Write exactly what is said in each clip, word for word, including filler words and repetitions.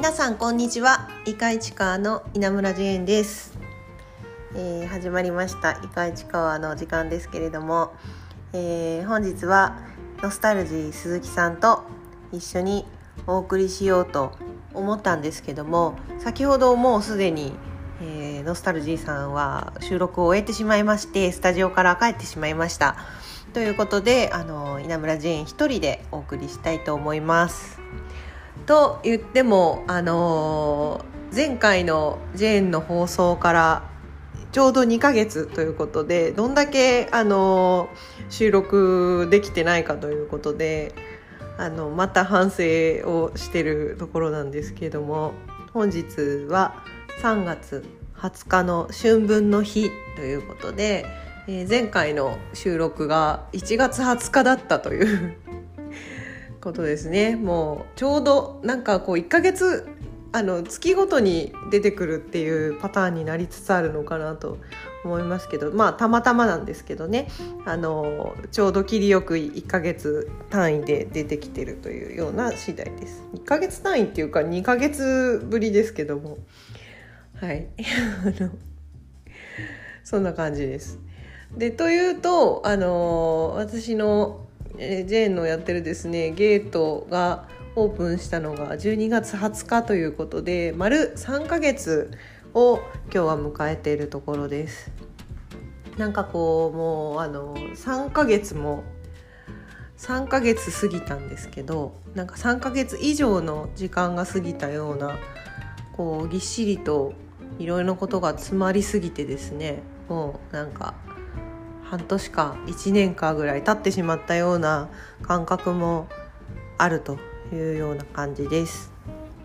皆さんこんにちは。イカイチカワの稲村ジェーンです、えー、始まりましたイカイチカワの時間ですけれども、えー、本日はノスタルジー鈴木さんと一緒にお送りしようと思ったんですけども、先ほどもうすでに、えー、ノスタルジーさんは収録を終えてしまいまして、スタジオから帰ってしまいましたということで、あの稲村ジェーン一人でお送りしたいと思います。と言っても、あのー、前回のジェーンの放送からちょうどにかげつということで、どんだけ、あのー、収録できてないかということで、あのまた反省をしてるところなんですけれども、本日はさんがつはつかの春分の日ということで、えー、前回の収録がいちがつはつかだったということですね。もうちょうどなんかこういっかげつあの月ごとに出てくるっていうパターンになりつつあるのかなと思いますけど、まあたまたまなんですけどね、あのちょうど切りよくいっかげつ単位で出てきてるというような次第です。いっかげつ単位っていうかにかげつぶりですけども、はいあのそんな感じです。でというと、あの私のえー、ジェーンのやってるですねゲートがオープンしたのがじゅうにがつはつかということで、丸さんかげつを今日は迎えているところです。なんかこうもうあのさんかげつもさんかげつ過ぎたんですけど、なんかさんかげつ以上の時間が過ぎたような、こうぎっしりといろいろなことが詰まりすぎてですね、もうなんか半年かいちねんかぐらい経ってしまったような感覚もあるというような感じです。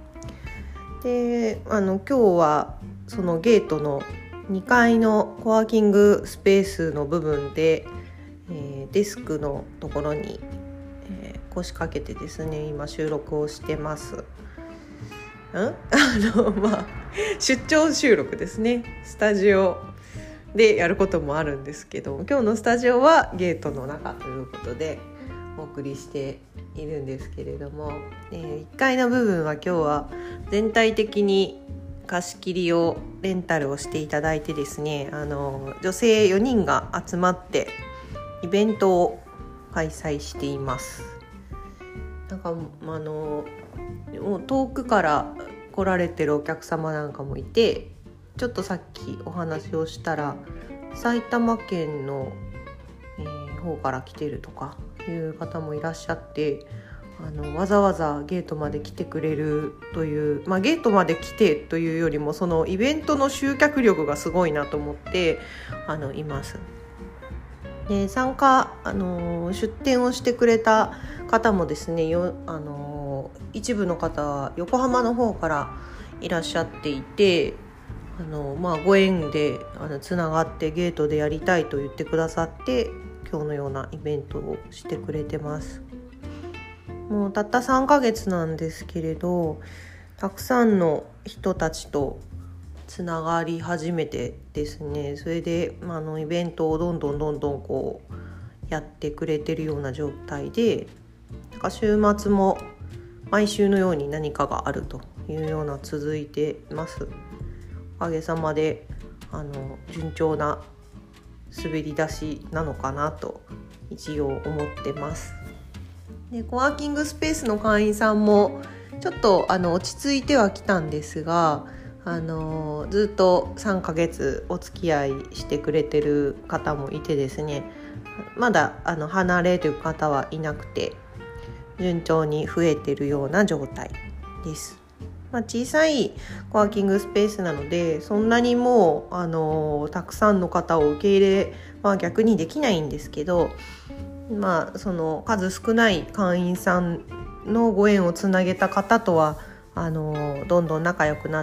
で、あの今日はそのゲートのにかいのコワーキングスペースの部分で、えー、デスクのところに、えー、腰掛けてですね、今収録をしてます。んあの、まあ、出張収録ですね。スタジオでやることもあるんですけど、今日のスタジオはゲートの中ということでお送りしているんですけれども、えー、いっかいの部分は今日は全体的に貸し切りをレンタルをしていただいてですね、あの女性よにんが集まってイベントを開催しています。なんかあのもう遠くから来られてるお客様なんかもいて、ちょっとさっきお話をしたら埼玉県の、えー、方から来てるとかいう方もいらっしゃって、あのわざわざゲートまで来てくれるという、まあ、ゲートまで来てというよりもそのイベントの集客力がすごいなと思ってあのいます。で参加、あの出店をしてくれた方もですね、よ、あの一部の方は横浜の方からいらっしゃっていて、あのまあ、ご縁であのつながってゲートでやりたいと言ってくださって、今日のようなイベントをしてくれてます。もうたったさんかげつなんですけれど、たくさんの人たちとつながり始めてですね、それで、まあ、あのイベントをどんどんどんどんこうやってくれてるような状態で、なんか週末も毎週のように何かがあるというような続いてます。おかげさまであの順調な滑り出しなのかなと一応思ってます。でコワーキングスペースの会員さんもちょっとあの落ち着いてはきたんですが、あのずっとさんかげつお付き合いしてくれてる方もいてですね、まだあの離れる方はいなくて順調に増えてるような状態です。まあ、小さいコワーキングスペースなので、そんなにもうあのたくさんの方を受け入れは逆にできないんですけど、まあ、その数少ない会員さんのご縁をつなげた方とはあのどんどん仲良くなって、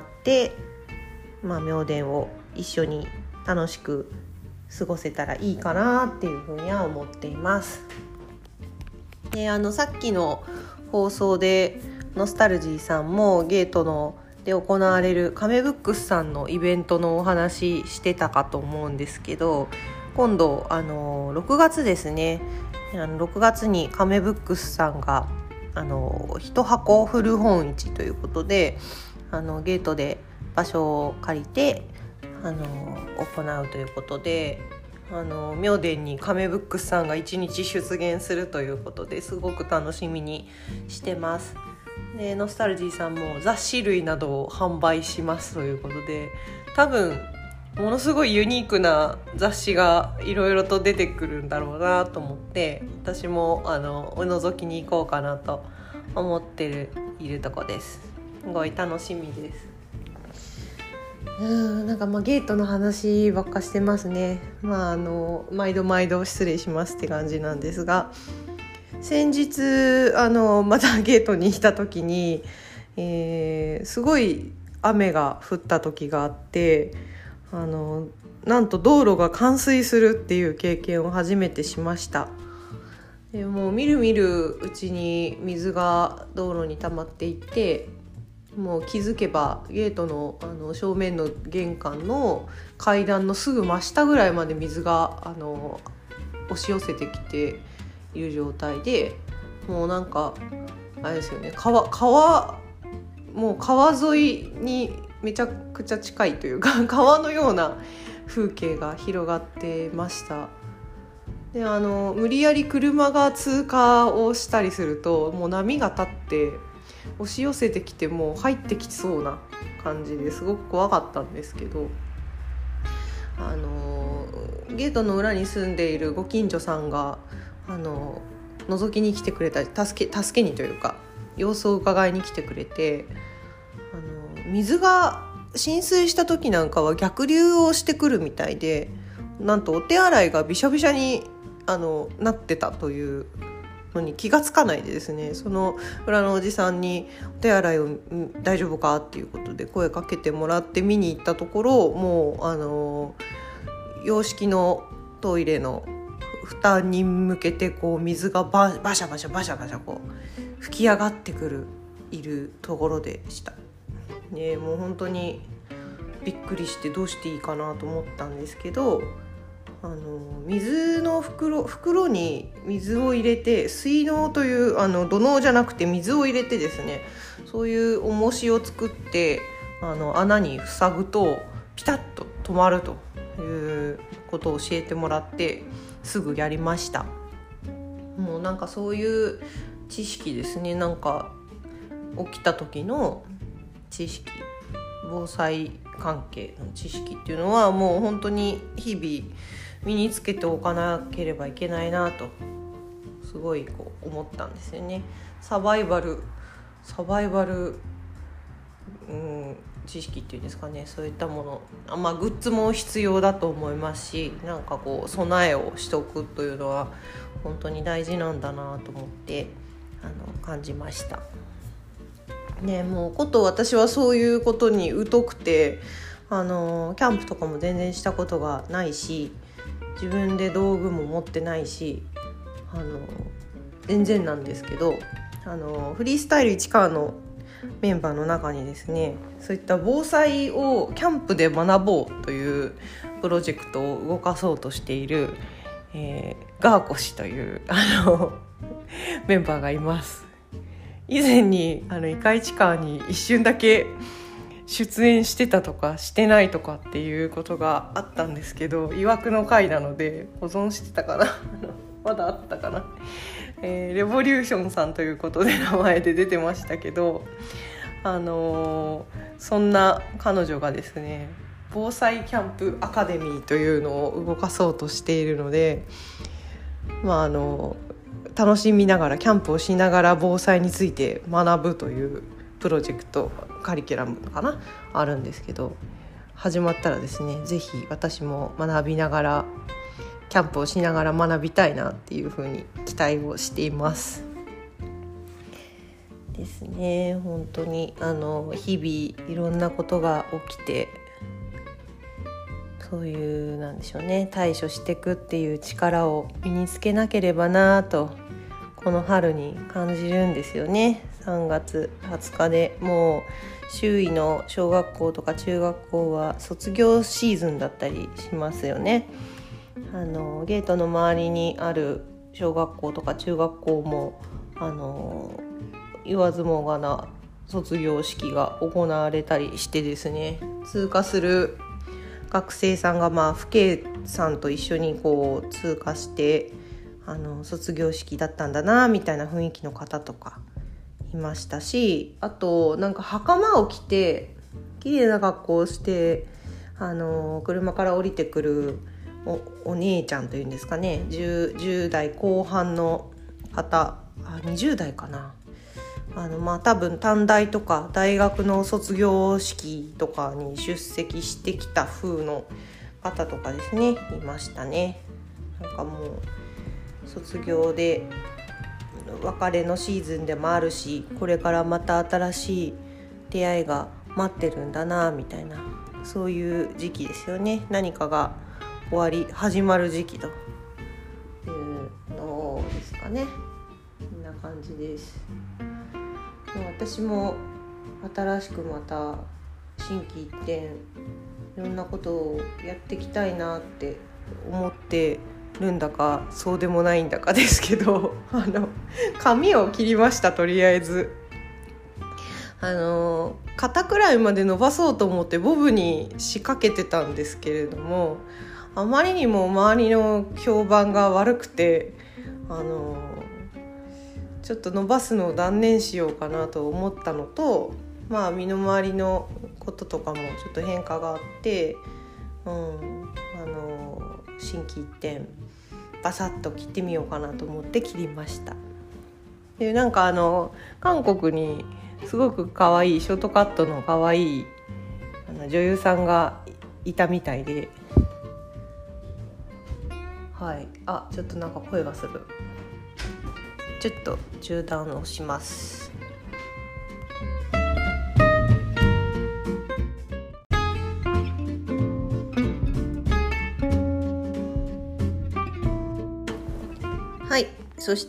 まあ、妙典を一緒に楽しく過ごせたらいいかなっていうふうには思っています。であのさっきの放送でノスタルジーさんもゲートので行われるカメブックスさんのイベントのお話してたかと思うんですけど、今度あのろくがつですね、あのろくがつにカメブックスさんがあの一箱古本市ということで、あのゲートで場所を借りてあの行うということで、あの妙典にカメブックスさんがいちにち出現するということで、すごく楽しみにしてます。でノスタルジーさんも雑誌類などを販売しますということで、多分ものすごいユニークな雑誌がいろいろと出てくるんだろうなと思って、私もあのお覗きに行こうかなと思ってるいるとこです。すごい楽しみです。うーんなんかまあゲートの話ばっかしてますね。まああの毎度毎度失礼しますって感じなんですが、先日あのまたゲートに来た時に、えー、すごい雨が降った時があって、あのなんと道路が冠水するっていう経験を初めてしました。でもうみるみるうちに水が道路に溜まっていって、もう気づけばゲート の, あの正面の玄関の階段のすぐ真下ぐらいまで水があの押し寄せてきている状態で、もうなんかあれですよね、川川もう川沿いにめちゃくちゃ近いというか川のような風景が広がってました。であの無理やり車が通過をしたりすると、もう波が立って押し寄せてきて、もう入ってきそうな感じですごく怖かったんですけど、あのゲートの裏に住んでいるご近所さんがあの覗きに来てくれたり、助け、助けにというか様子を伺いに来てくれて、あの水が浸水した時なんかは逆流をしてくるみたいで、なんとお手洗いがびしゃびしゃにあのなってたというのに気がつかないでですね、その裏のおじさんにお手洗いを大丈夫かっていうことで声かけてもらって見に行ったところ、もうあの洋式のトイレの蓋に向けてこう水がババシャバシャバシャバシャこう吹き上がってくるいるところでした、ね、もう本当にびっくりしてどうしていいかなと思ったんですけど、あの水の袋、袋に水を入れて、水嚢というあの土嚢じゃなくて水を入れてですね、そういう重しを作ってあの穴に塞ぐとピタッと止まるということを教えてもらってすぐやりました。もうなんかそういう知識ですね、なんか起きた時の知識、防災関係の知識っていうのはもう本当に日々身につけておかなければいけないなとすごいこう思ったんですよね。サバイバルサバイバル、うん、知識っていうんですかね、そういったもの、あ、まあ、グッズも必要だと思いますし、なんかこう備えをしておくというのは本当に大事なんだなと思ってあの感じましたね。もうこと私はそういうことに疎くて、あのキャンプとかも全然したことがないし、自分で道具も持ってないし、あの全然なんですけど、あのフリースタイル市川のメンバーの中にですね、そういった防災をキャンプで学ぼうというプロジェクトを動かそうとしている、えー、ガーコ氏というあのメンバーがいます。以前にあのイカ市川に一瞬だけ出演してたとかしてないとかっていうことがあったんですけど、曰くの回なので保存してたかなまだあったかな、えー、レボリューションさんということで名前で出てましたけど、あのー、そんな彼女がですね、防災キャンプアカデミーというのを動かそうとしているので、まああの楽しみながらキャンプをしながら防災について学ぶというプロジェクトカリキュラムかなあるんですけど、始まったらですね、ぜひ私も学びながらキャンプをしながら学びたいなっていうふうに期待をしていますですね。本当にあの日々いろんなことが起きて、そういうなんでしょうね、対処していくっていう力を身につけなければなとこの春に感じるんですよね。さんがつはつかでもう周囲の小学校とか中学校は卒業シーズンだったりしますよね。あのゲートの周りにある小学校とか中学校もあの言わずもがな卒業式が行われたりしてですね、通過する学生さんがまあ父兄さんと一緒にこう通過してあの卒業式だったんだなみたいな雰囲気の方とかいましたし、あとなんか袴を着て綺麗な格好をしてあの車から降りてくる お, お姉ちゃんというんですかね、 10, じゅう代後半の方、あにじゅう代かな、あのまあ多分短大とか大学の卒業式とかに出席してきた風の方とかですね、いましたね。なんかもう卒業で別れのシーズンでもあるし、これからまた新しい出会いが待ってるんだなみたいな、そういう時期ですよね。何かが終わり始まる時期というのですかね。こんな感じです。私も新しくまた心機一転いろんなことをやっていきたいなって思ってるんだかそうでもないんだかですけど、あの髪を切りました。とりあえずあの肩くらいまで伸ばそうと思ってボブに仕掛けてたんですけれども、あまりにも周りの評判が悪くてあのちょっと伸ばすのを断念しようかなと思ったのと、まあ身の回りのこととかもちょっと変化があって、うん、あの心機一転バサッと切ってみようかなと思って切りました。でなんかあの韓国にすごく可愛いショートカットの可愛いあの女優さんがいたみたいで、はい、あちょっとなんか声がする。ちょっと中断をします。はい、そして、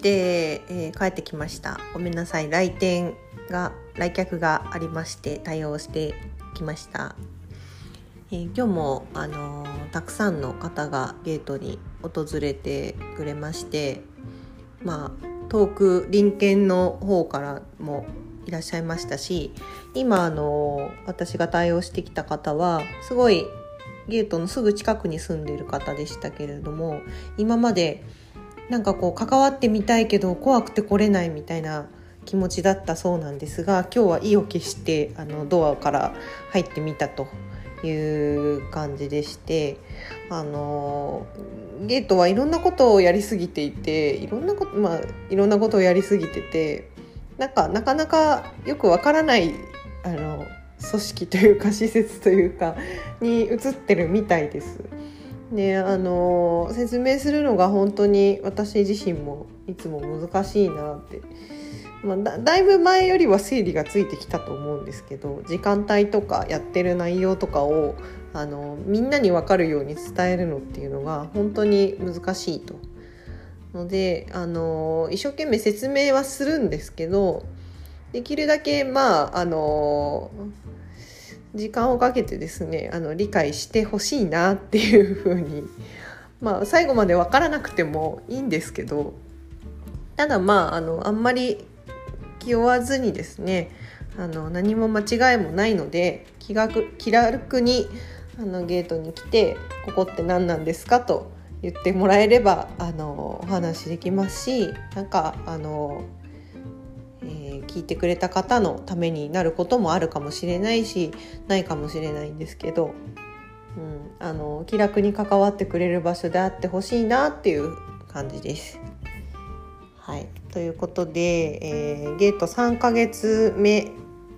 えー、帰ってきました。ごめんなさい、来店が来客がありまして対応してきました。えー、今日も、あのー、たくさんの方がゲートに訪れてくれまして、まあ遠く隣県の方からもいらっしゃいましたし、今あの私が対応してきた方はすごいゲートのすぐ近くに住んでいる方でしたけれども、今までなんかこう関わってみたいけど怖くて来れないみたいな気持ちだったそうなんですが、今日は意を決してあのドアから入ってみたという感じでして、あのゲートはいろんなことをやりすぎていていろんなこと、まあ、いろんなことをやりすぎててなんかなかなかよくわからないあの組織というか施設というかに移ってるみたいです。であの説明するのが本当に私自身もいつも難しいなって、まあ、だ, だいぶ前よりは整理がついてきたと思うんですけど、時間帯とかやってる内容とかをあのみんなに分かるように伝えるのっていうのが本当に難しいとので、あの一生懸命説明はするんですけど、できるだけまああの時間をかけてですねあの理解してほしいなっていうふうに、まあ最後まで分からなくてもいいんですけど、ただまああのあんまり気負わずにですね、あの何も間違いもないので気が気楽にあのゲートに来てここって何なんですかと言ってもらえればあのお話できますし、なんかあの、えー、聞いてくれた方のためになることもあるかもしれないしないかもしれないんですけど、うん、あの気楽に関わってくれる場所であってほしいなっていう感じです。はい、ということで、えー、ゲートさんかげつめ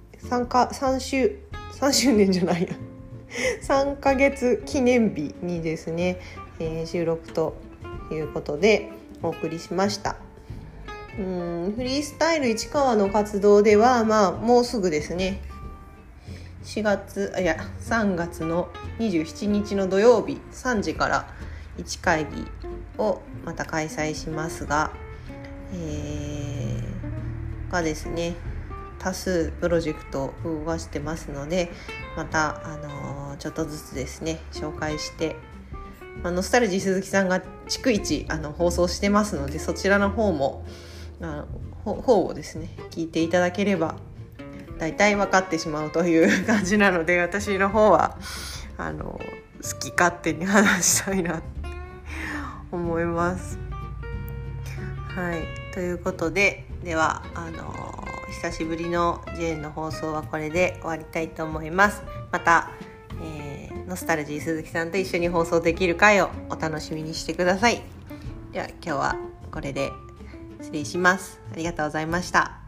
3か3週3周年じゃないやさんかげつ記念日にですね、えー、収録ということでお送りしました。うーんフリースタイル市川の活動では、まあ、もうすぐですねしがつあいやさんがつのにじゅうしちにちの土曜日さんじからいち会議をまた開催しますが、えー、がですね多数プロジェクトを動かしてますので、また、あのー、ちょっとずつですね紹介して、ノスタルジー鈴木さんが逐一あの放送してますので、そちらの方もあの方をですね聞いていただければ大体分かってしまうという感じなので、私の方はあの好き勝手に話したいなって思います。はい、ということで、ではあの久しぶりのジェーンの放送はこれで終わりたいと思います。また、えー、ノスタルジー鈴木さんと一緒に放送できる回をお楽しみにしてください。では今日はこれで失礼します。ありがとうございました。